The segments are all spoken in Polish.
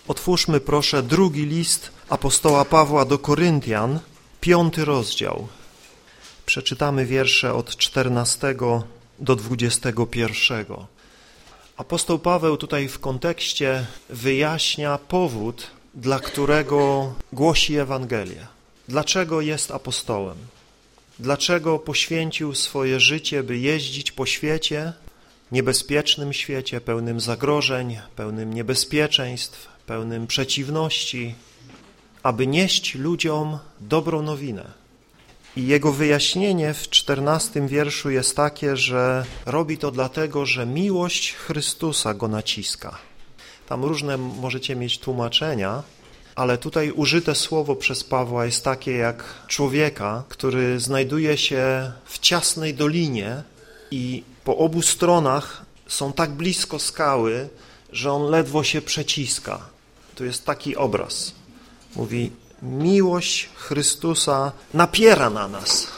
Otwórzmy proszę drugi list apostoła Pawła do Koryntian, 5 rozdział. Przeczytamy wiersze od 14 do 21. Apostoł Paweł tutaj w kontekście wyjaśnia powód, dla którego głosi Ewangelię. Dlaczego jest apostołem? Dlaczego poświęcił swoje życie, by jeździć po świecie, niebezpiecznym świecie, pełnym zagrożeń, pełnym niebezpieczeństw, pełnym przeciwności, aby nieść ludziom dobrą nowinę. I jego wyjaśnienie w 14 wierszu jest takie, że robi to dlatego, że miłość Chrystusa go naciska. Tam różne możecie mieć tłumaczenia, ale tutaj użyte słowo przez Pawła jest takie jak człowieka, który znajduje się w ciasnej dolinie i po obu stronach są tak blisko skały, że on ledwo się przeciska. Tu jest taki obraz. Mówi, miłość Chrystusa napiera na nas.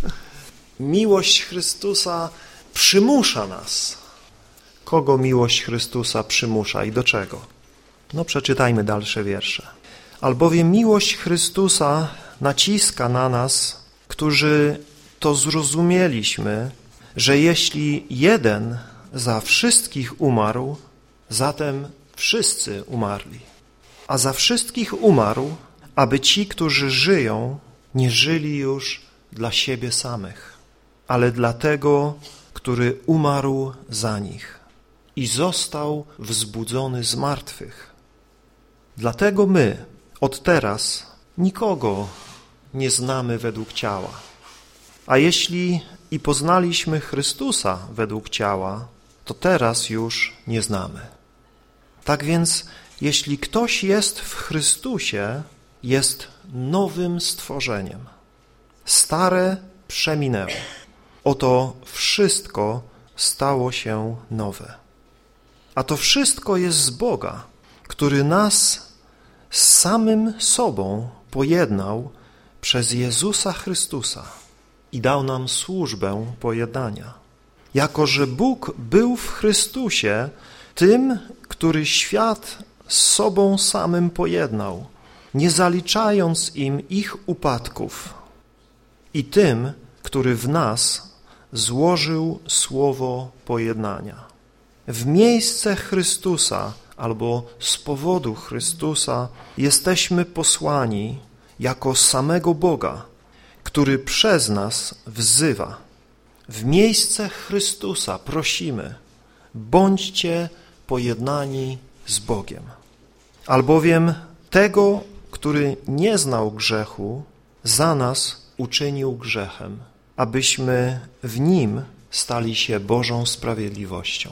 Miłość Chrystusa przymusza nas. Kogo miłość Chrystusa przymusza i do czego? No przeczytajmy dalsze wiersze. Albowiem miłość Chrystusa naciska na nas, którzy to zrozumieliśmy, że jeśli jeden za wszystkich umarł, zatem wszyscy umarli. A za wszystkich umarł, aby ci, którzy żyją, nie żyli już dla siebie samych, ale dla tego, który umarł za nich i został wzbudzony z martwych. Dlatego my od teraz nikogo nie znamy według ciała. A jeśli i poznaliśmy Chrystusa według ciała, to teraz już nie znamy. Tak więc, jeśli ktoś jest w Chrystusie, jest nowym stworzeniem. Stare przeminęło. Oto wszystko stało się nowe. A to wszystko jest z Boga, który nas z samym sobą pojednał przez Jezusa Chrystusa i dał nam służbę pojednania. Jako że Bóg był w Chrystusie tym, który świat z sobą samym pojednał, nie zaliczając im ich upadków, i tym, który w nas złożył słowo pojednania. W miejsce Chrystusa albo z powodu Chrystusa jesteśmy posłani jako samego Boga, który przez nas wzywa. W miejsce Chrystusa prosimy, bądźcie pojednani z Bogiem. Albowiem tego, który nie znał grzechu, za nas uczynił grzechem, abyśmy w Nim stali się Bożą sprawiedliwością.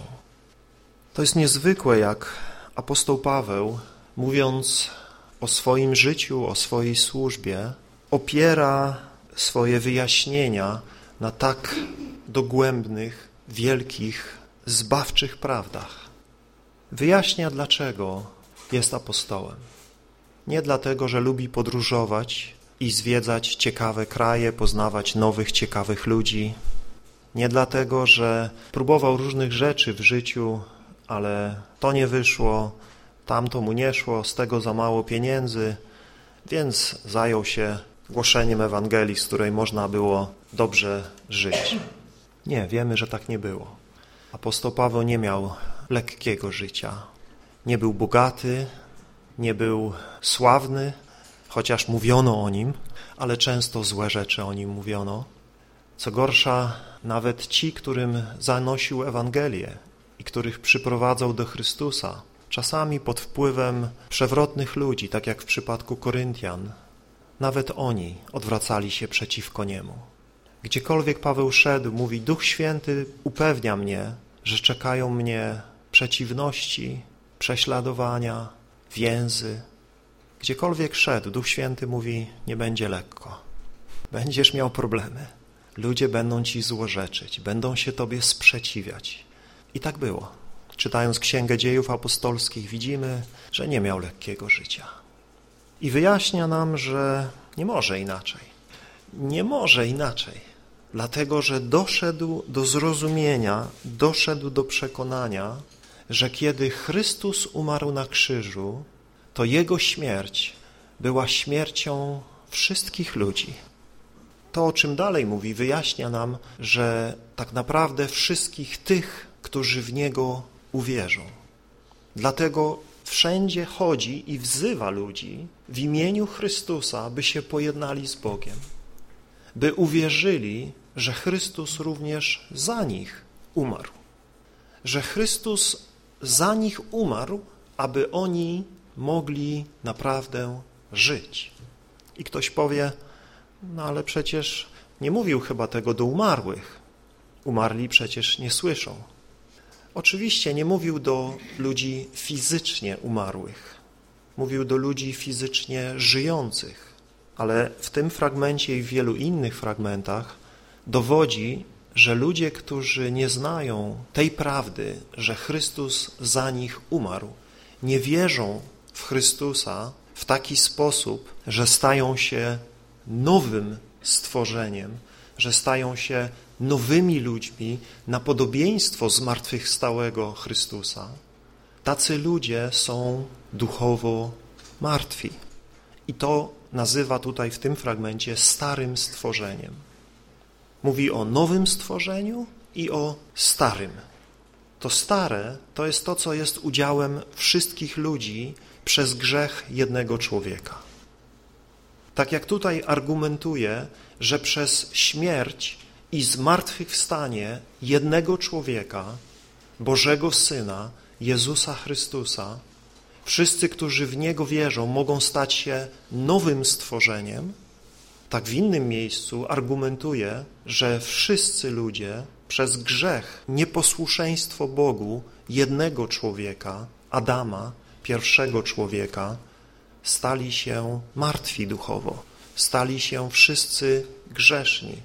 To jest niezwykłe, jak apostoł Paweł, mówiąc o swoim życiu, o swojej służbie, opiera swoje wyjaśnienia na tak dogłębnych, wielkich, zbawczych prawdach. Wyjaśnia, dlaczego jest apostołem. Nie dlatego, że lubi podróżować i zwiedzać ciekawe kraje, poznawać nowych, ciekawych ludzi. Nie dlatego, że próbował różnych rzeczy w życiu, ale to nie wyszło, tamto mu nie szło, z tego za mało pieniędzy, więc zajął się głoszeniem Ewangelii, z której można było dobrze żyć. Nie, wiemy, że tak nie było. Apostoł Paweł nie miał lekkiego życia. Nie był bogaty, nie był sławny, chociaż mówiono o nim, ale często złe rzeczy o nim mówiono. Co gorsza, nawet ci, którym zanosił Ewangelię i których przyprowadzał do Chrystusa, czasami pod wpływem przewrotnych ludzi, tak jak w przypadku Koryntian, nawet oni odwracali się przeciwko niemu. Gdziekolwiek Paweł szedł, mówi, Duch Święty upewnia mnie, że czekają mnie przeciwności, prześladowania, więzy. Gdziekolwiek szedł, Duch Święty mówi, nie będzie lekko. Będziesz miał problemy. Ludzie będą ci złorzeczyć, będą się tobie sprzeciwiać. I tak było. Czytając Księgę Dziejów Apostolskich widzimy, że nie miał lekkiego życia. I wyjaśnia nam, że nie może inaczej. Nie może inaczej, dlatego że doszedł do zrozumienia, doszedł do przekonania, że kiedy Chrystus umarł na krzyżu, to Jego śmierć była śmiercią wszystkich ludzi. To, o czym dalej mówi, wyjaśnia nam, że tak naprawdę wszystkich tych, którzy w Niego uwierzą. Dlatego wszędzie chodzi i wzywa ludzi w imieniu Chrystusa, by się pojednali z Bogiem, by uwierzyli, że Chrystus również za nich umarł, że Chrystus za nich umarł, aby oni mogli naprawdę żyć. I ktoś powie, no ale przecież nie mówił chyba tego do umarłych. Umarli przecież nie słyszą. Oczywiście nie mówił do ludzi fizycznie umarłych. Mówił do ludzi fizycznie żyjących. Ale w tym fragmencie i w wielu innych fragmentach dowodzi, że ludzie, którzy nie znają tej prawdy, że Chrystus za nich umarł, nie wierzą w Chrystusa w taki sposób, że stają się nowym stworzeniem, że stają się nowymi ludźmi na podobieństwo zmartwychwstałego Chrystusa. Tacy ludzie są duchowo martwi. I to nazywa tutaj w tym fragmencie starym stworzeniem. Mówi o nowym stworzeniu i o starym. To stare to jest to, co jest udziałem wszystkich ludzi przez grzech jednego człowieka. Tak jak tutaj argumentuje, że przez śmierć i zmartwychwstanie jednego człowieka, Bożego Syna, Jezusa Chrystusa, wszyscy, którzy w Niego wierzą, mogą stać się nowym stworzeniem, tak w innym miejscu argumentuje, że wszyscy ludzie przez grzech, nieposłuszeństwo Bogu jednego człowieka, Adama, pierwszego człowieka, stali się martwi duchowo, stali się wszyscy grzeszni.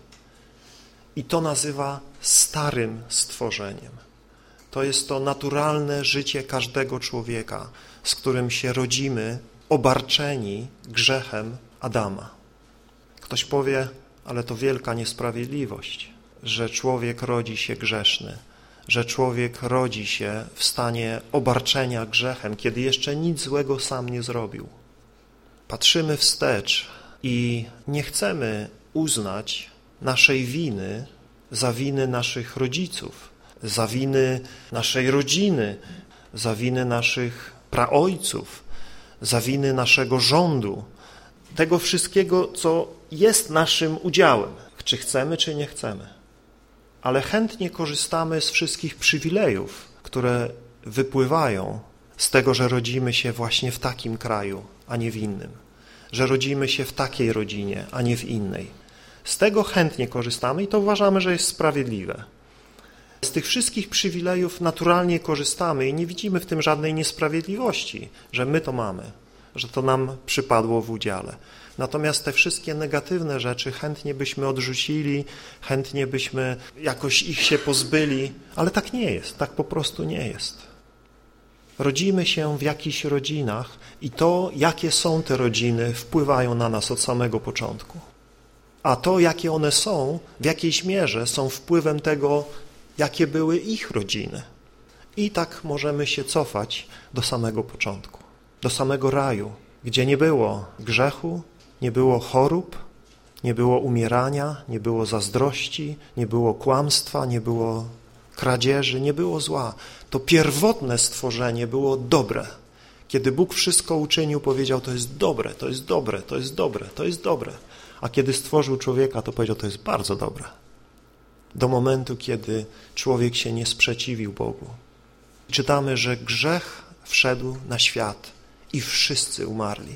I to nazywa starym stworzeniem. To jest to naturalne życie każdego człowieka, z którym się rodzimy, obarczeni grzechem Adama. Ktoś powie, ale to wielka niesprawiedliwość, że człowiek rodzi się grzeszny, że człowiek rodzi się w stanie obarczenia grzechem, kiedy jeszcze nic złego sam nie zrobił. Patrzymy wstecz i nie chcemy uznać naszej winy za winy naszych rodziców, za winy naszej rodziny, za winy naszych praojców, za winy naszego rządu, tego wszystkiego, co jest naszym udziałem, czy chcemy, czy nie chcemy. Ale chętnie korzystamy z wszystkich przywilejów, które wypływają z tego, że rodzimy się właśnie w takim kraju, a nie w innym, że rodzimy się w takiej rodzinie, a nie w innej. Z tego chętnie korzystamy i to uważamy, że jest sprawiedliwe. Z tych wszystkich przywilejów naturalnie korzystamy i nie widzimy w tym żadnej niesprawiedliwości, że my to mamy, że to nam przypadło w udziale. Natomiast te wszystkie negatywne rzeczy chętnie byśmy odrzucili, chętnie byśmy jakoś ich się pozbyli, ale tak nie jest, tak po prostu nie jest. Rodzimy się w jakichś rodzinach i to, jakie są te rodziny, wpływają na nas od samego początku. A to, jakie one są, w jakiejś mierze są wpływem tego, jakie były ich rodziny. I tak możemy się cofać do samego początku, do samego raju, gdzie nie było grzechu, nie było chorób, nie było umierania, nie było zazdrości, nie było kłamstwa, nie było kradzieży, nie było zła. To pierwotne stworzenie było dobre. Kiedy Bóg wszystko uczynił, powiedział, to jest dobre, to jest dobre, to jest dobre, to jest dobre. A kiedy stworzył człowieka, to powiedział, to jest bardzo dobre. Do momentu, kiedy człowiek się nie sprzeciwił Bogu. Czytamy, że grzech wszedł na świat i wszyscy umarli.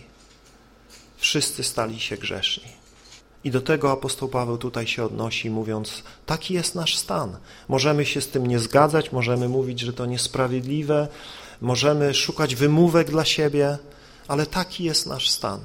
Wszyscy stali się grzeszni. I do tego apostoł Paweł tutaj się odnosi, mówiąc, taki jest nasz stan. Możemy się z tym nie zgadzać, możemy mówić, że to niesprawiedliwe, możemy szukać wymówek dla siebie, ale taki jest nasz stan.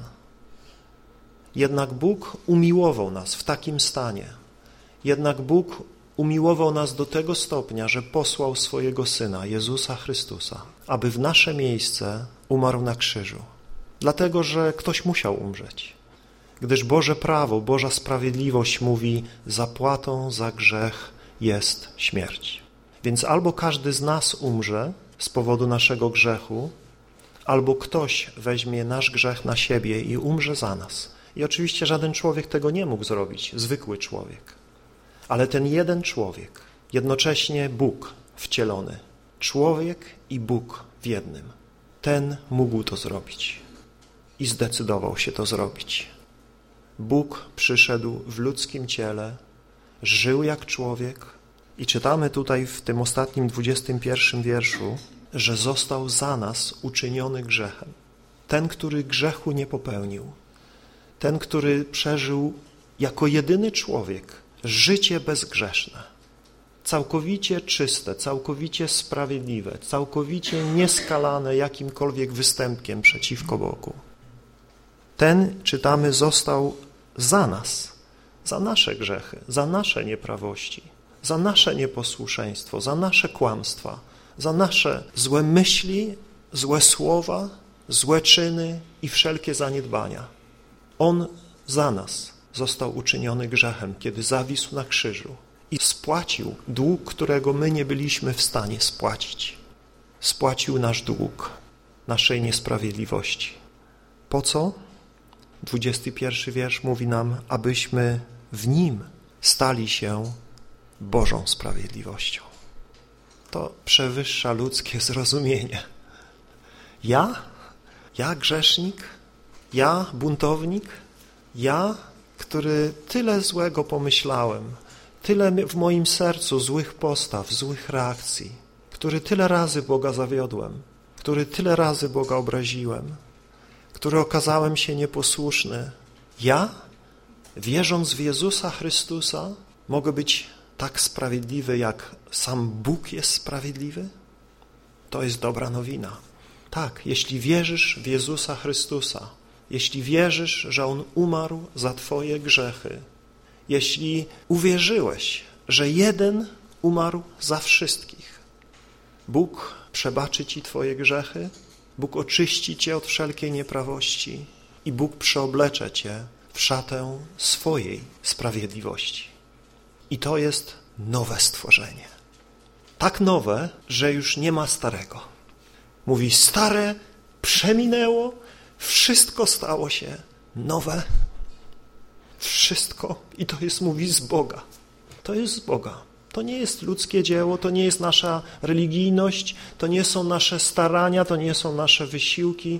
Jednak Bóg umiłował nas w takim stanie. Jednak Bóg umiłował nas do tego stopnia, że posłał swojego Syna, Jezusa Chrystusa, aby w nasze miejsce umarł na krzyżu. Dlatego, że ktoś musiał umrzeć. Gdyż Boże prawo, Boża sprawiedliwość mówi, zapłatą za grzech jest śmierć. Więc albo każdy z nas umrze z powodu naszego grzechu, albo ktoś weźmie nasz grzech na siebie i umrze za nas. I oczywiście żaden człowiek tego nie mógł zrobić, zwykły człowiek. Ale ten jeden człowiek, jednocześnie Bóg wcielony, człowiek i Bóg w jednym, ten mógł to zrobić i zdecydował się to zrobić. Bóg przyszedł w ludzkim ciele, żył jak człowiek i czytamy tutaj w tym ostatnim 21 wierszu, że został za nas uczyniony grzechem. Ten, który grzechu nie popełnił, ten, który przeżył jako jedyny człowiek życie bezgrzeszne, całkowicie czyste, całkowicie sprawiedliwe, całkowicie nieskalane jakimkolwiek występkiem przeciwko Bogu. Ten, czytamy, został za nas, za nasze grzechy, za nasze nieprawości, za nasze nieposłuszeństwo, za nasze kłamstwa, za nasze złe myśli, złe słowa, złe czyny i wszelkie zaniedbania. On za nas został uczyniony grzechem, kiedy zawisł na krzyżu i spłacił dług, którego my nie byliśmy w stanie spłacić. Spłacił nasz dług, naszej niesprawiedliwości. Po co? 21 wiersz mówi nam, abyśmy w Nim stali się Bożą sprawiedliwością. To przewyższa ludzkie zrozumienie. Ja grzesznik, ja buntownik, ja, który tyle złego pomyślałem, tyle w moim sercu złych postaw, złych reakcji, który tyle razy Boga zawiodłem, który tyle razy Boga obraziłem, który okazałem się nieposłuszny. Ja, wierząc w Jezusa Chrystusa, mogę być tak sprawiedliwy, jak sam Bóg jest sprawiedliwy? To jest dobra nowina. Tak, jeśli wierzysz w Jezusa Chrystusa, jeśli wierzysz, że On umarł za twoje grzechy, jeśli uwierzyłeś, że jeden umarł za wszystkich, Bóg przebaczy ci twoje grzechy, Bóg oczyści cię od wszelkiej nieprawości i Bóg przeoblecze cię w szatę swojej sprawiedliwości. I to jest nowe stworzenie. Tak nowe, że już nie ma starego. Mówi, stare przeminęło, wszystko stało się nowe. Wszystko. I to jest, mówi, z Boga. To jest z Boga. To nie jest ludzkie dzieło, to nie jest nasza religijność, to nie są nasze starania, to nie są nasze wysiłki.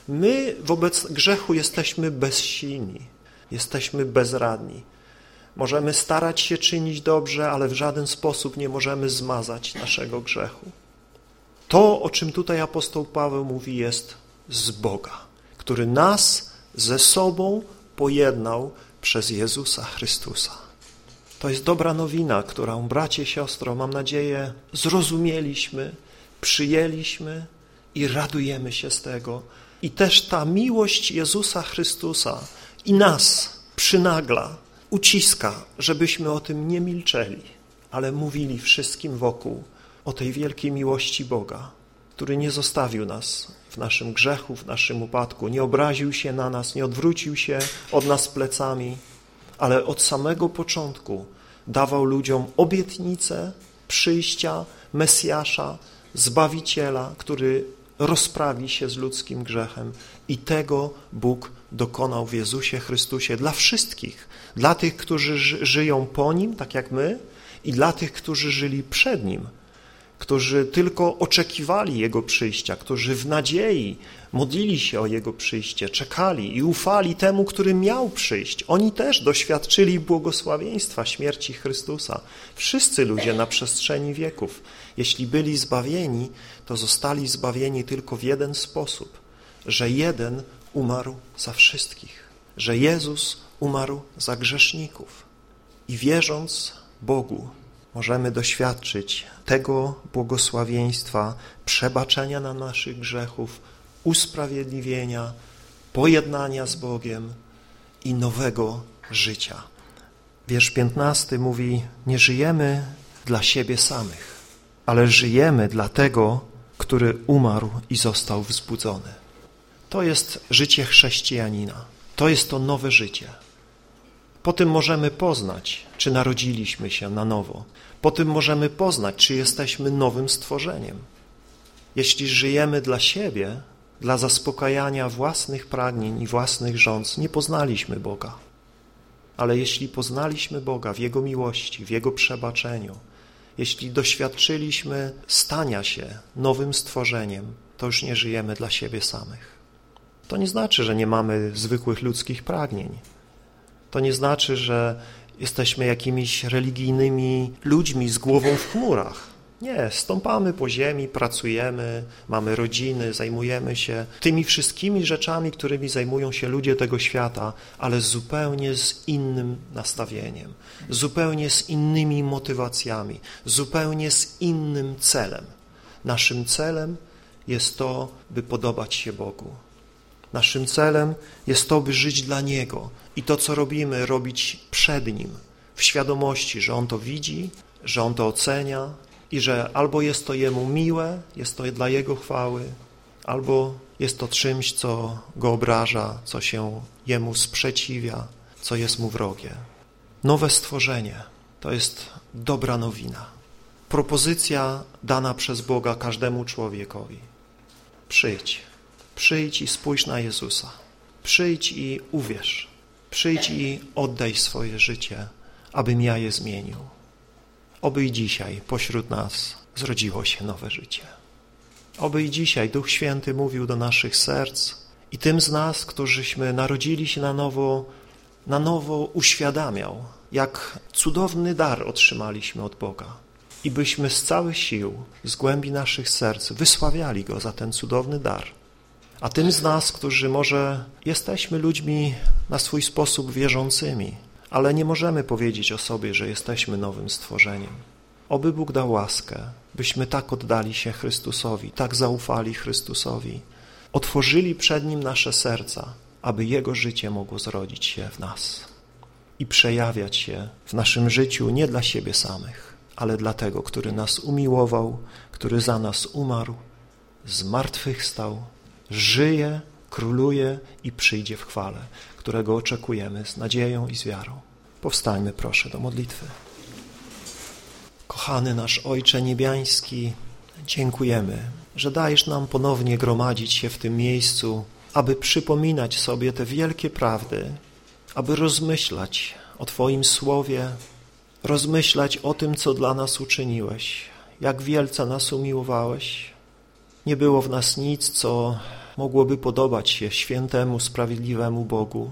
My wobec grzechu jesteśmy bezsilni, jesteśmy bezradni. Możemy starać się czynić dobrze, ale w żaden sposób nie możemy zmazać naszego grzechu. To, o czym tutaj apostoł Paweł mówi, jest z Boga, który nas ze sobą pojednał przez Jezusa Chrystusa. To jest dobra nowina, którą, bracie, siostro, mam nadzieję, zrozumieliśmy, przyjęliśmy i radujemy się z tego. I też ta miłość Jezusa Chrystusa i nas przynagla, uciska, żebyśmy o tym nie milczeli, ale mówili wszystkim wokół o tej wielkiej miłości Boga, który nie zostawił nas w naszym grzechu, w naszym upadku, nie obraził się na nas, nie odwrócił się od nas plecami, ale od samego początku dawał ludziom obietnicę przyjścia Mesjasza, Zbawiciela, który rozprawi się z ludzkim grzechem. I tego Bóg dokonał w Jezusie Chrystusie dla wszystkich. Dla tych, którzy żyją po Nim, tak jak my, i dla tych, którzy żyli przed Nim, którzy tylko oczekiwali Jego przyjścia, którzy w nadziei modlili się o Jego przyjście, czekali i ufali temu, który miał przyjść. Oni też doświadczyli błogosławieństwa śmierci Chrystusa. Wszyscy ludzie na przestrzeni wieków, jeśli byli zbawieni, to zostali zbawieni tylko w jeden sposób, że jeden umarł za wszystkich, że Jezus umarł za grzeszników. I wierząc Bogu, możemy doświadczyć tego błogosławieństwa, przebaczenia na naszych grzechów, usprawiedliwienia, pojednania z Bogiem i nowego życia. Wiersz 15 mówi, nie żyjemy dla siebie samych, ale żyjemy dla tego, który umarł i został wzbudzony. To jest życie chrześcijanina. To jest to nowe życie. Po tym możemy poznać, czy narodziliśmy się na nowo. Po tym możemy poznać, czy jesteśmy nowym stworzeniem. Jeśli żyjemy dla siebie, dla zaspokajania własnych pragnień i własnych żądz nie poznaliśmy Boga. Ale jeśli poznaliśmy Boga w Jego miłości, w Jego przebaczeniu, jeśli doświadczyliśmy stania się nowym stworzeniem, to już nie żyjemy dla siebie samych. To nie znaczy, że nie mamy zwykłych ludzkich pragnień. To nie znaczy, że jesteśmy jakimiś religijnymi ludźmi z głową w chmurach. Nie, stąpamy po ziemi, pracujemy, mamy rodziny, zajmujemy się tymi wszystkimi rzeczami, którymi zajmują się ludzie tego świata, ale zupełnie z innym nastawieniem, zupełnie z innymi motywacjami, zupełnie z innym celem. Naszym celem jest to, by podobać się Bogu. Naszym celem jest to, by żyć dla Niego i to, co robimy, robić przed Nim, w świadomości, że On to widzi, że On to ocenia i że albo jest to Jemu miłe, jest to dla Jego chwały, albo jest to czymś, co Go obraża, co się Jemu sprzeciwia, co jest Mu wrogie. Nowe stworzenie to jest dobra nowina. Propozycja dana przez Boga każdemu człowiekowi. Przyjdź i spójrz na Jezusa. Przyjdź i uwierz. Przyjdź i oddaj swoje życie, abym ja je zmienił. Oby i dzisiaj pośród nas zrodziło się nowe życie. Oby i dzisiaj Duch Święty mówił do naszych serc i tym z nas, którzyśmy narodzili się na nowo uświadamiał, jak cudowny dar otrzymaliśmy od Boga. I byśmy z całych sił, z głębi naszych serc wysławiali Go za ten cudowny dar. A tym z nas, którzy może jesteśmy ludźmi na swój sposób wierzącymi, ale nie możemy powiedzieć o sobie, że jesteśmy nowym stworzeniem. Oby Bóg dał łaskę, byśmy tak oddali się Chrystusowi, tak zaufali Chrystusowi, otworzyli przed Nim nasze serca, aby Jego życie mogło zrodzić się w nas i przejawiać się w naszym życiu nie dla siebie samych, ale dla Tego, który nas umiłował, który za nas umarł, zmartwychwstał, żyje, króluje i przyjdzie w chwale, którego oczekujemy z nadzieją i z wiarą. Powstańmy proszę do modlitwy. Kochany nasz Ojcze Niebiański, dziękujemy, że dajesz nam ponownie gromadzić się w tym miejscu, aby przypominać sobie te wielkie prawdy, aby rozmyślać o Twoim Słowie, rozmyślać o tym, co dla nas uczyniłeś, jak wielce nas umiłowałeś. Nie było w nas nic, co mogłoby podobać się świętemu, sprawiedliwemu Bogu.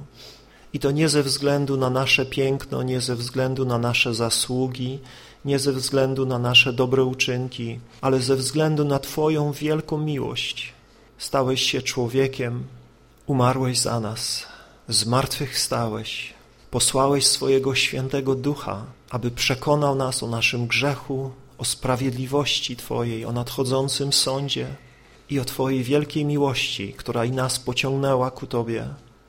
I to nie ze względu na nasze piękno, nie ze względu na nasze zasługi, nie ze względu na nasze dobre uczynki, ale ze względu na Twoją wielką miłość. Stałeś się człowiekiem, umarłeś za nas, zmartwychwstałeś, posłałeś swojego świętego Ducha, aby przekonał nas o naszym grzechu, o sprawiedliwości Twojej, o nadchodzącym sądzie i o Twojej wielkiej miłości, która i nas pociągnęła ku Tobie.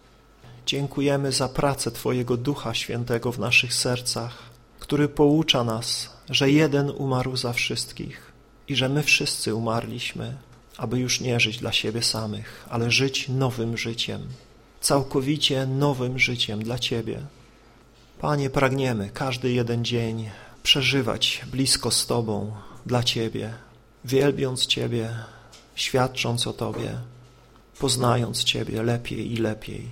Dziękujemy za pracę Twojego Ducha Świętego w naszych sercach, który poucza nas, że jeden umarł za wszystkich i że my wszyscy umarliśmy, aby już nie żyć dla siebie samych, ale żyć nowym życiem, całkowicie nowym życiem dla Ciebie. Panie, pragniemy każdy jeden dzień przeżywać blisko z Tobą, dla Ciebie, wielbiąc Ciebie, świadcząc o Tobie, poznając Ciebie lepiej i lepiej.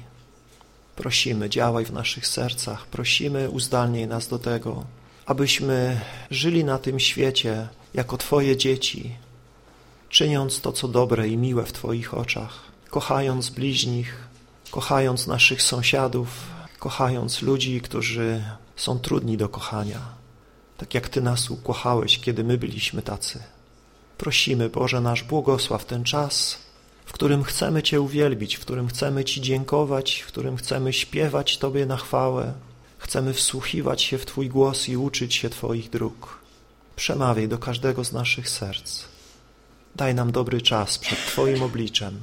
Prosimy, działaj w naszych sercach, prosimy, uzdalnij nas do tego, abyśmy żyli na tym świecie jako Twoje dzieci, czyniąc to, co dobre i miłe w Twoich oczach, kochając bliźnich, kochając naszych sąsiadów, kochając ludzi, którzy są trudni do kochania, tak jak Ty nas ukochałeś, kiedy my byliśmy tacy. Prosimy, Boże nasz, błogosław ten czas, w którym chcemy Cię uwielbić, w którym chcemy Ci dziękować, w którym chcemy śpiewać Tobie na chwałę, chcemy wsłuchiwać się w Twój głos i uczyć się Twoich dróg. Przemawiaj do każdego z naszych serc. Daj nam dobry czas przed Twoim obliczem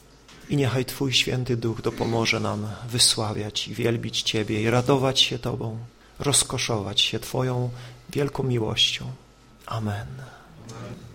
i niechaj Twój Święty Duch dopomoże nam wysławiać i wielbić Ciebie i radować się Tobą, rozkoszować się Twoją wielką miłością. Amen.